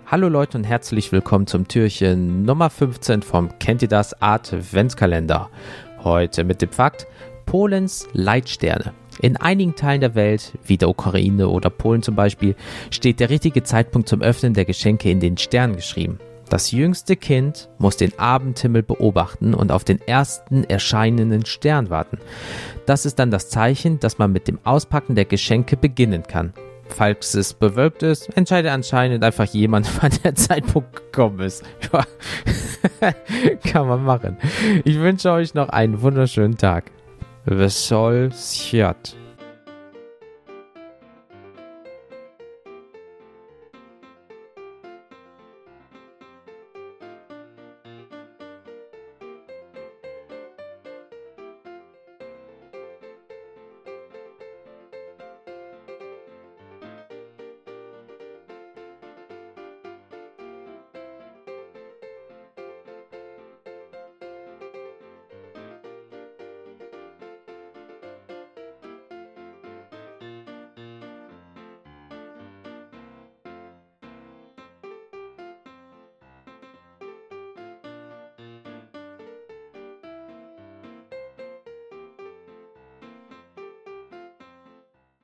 Hallo Leute und herzlich willkommen zum Türchen Nummer 15 vom Kennt ihr das Adventskalender. Heute mit dem Fakt: Polens Leitsterne. In einigen Teilen der Welt, wie der Ukraine oder Polen zum Beispiel, steht der richtige Zeitpunkt zum Öffnen der Geschenke in den Sternen geschrieben. Das jüngste Kind muss den Abendhimmel beobachten und auf den ersten erscheinenden Stern warten. Das ist dann das Zeichen, dass man mit dem Auspacken der Geschenke beginnen kann. Falls es bewölkt ist, entscheidet anscheinend einfach jemand, wann der Zeitpunkt gekommen ist. Ja, kann man machen. Ich wünsche euch noch einen wunderschönen Tag. Wesoł świat.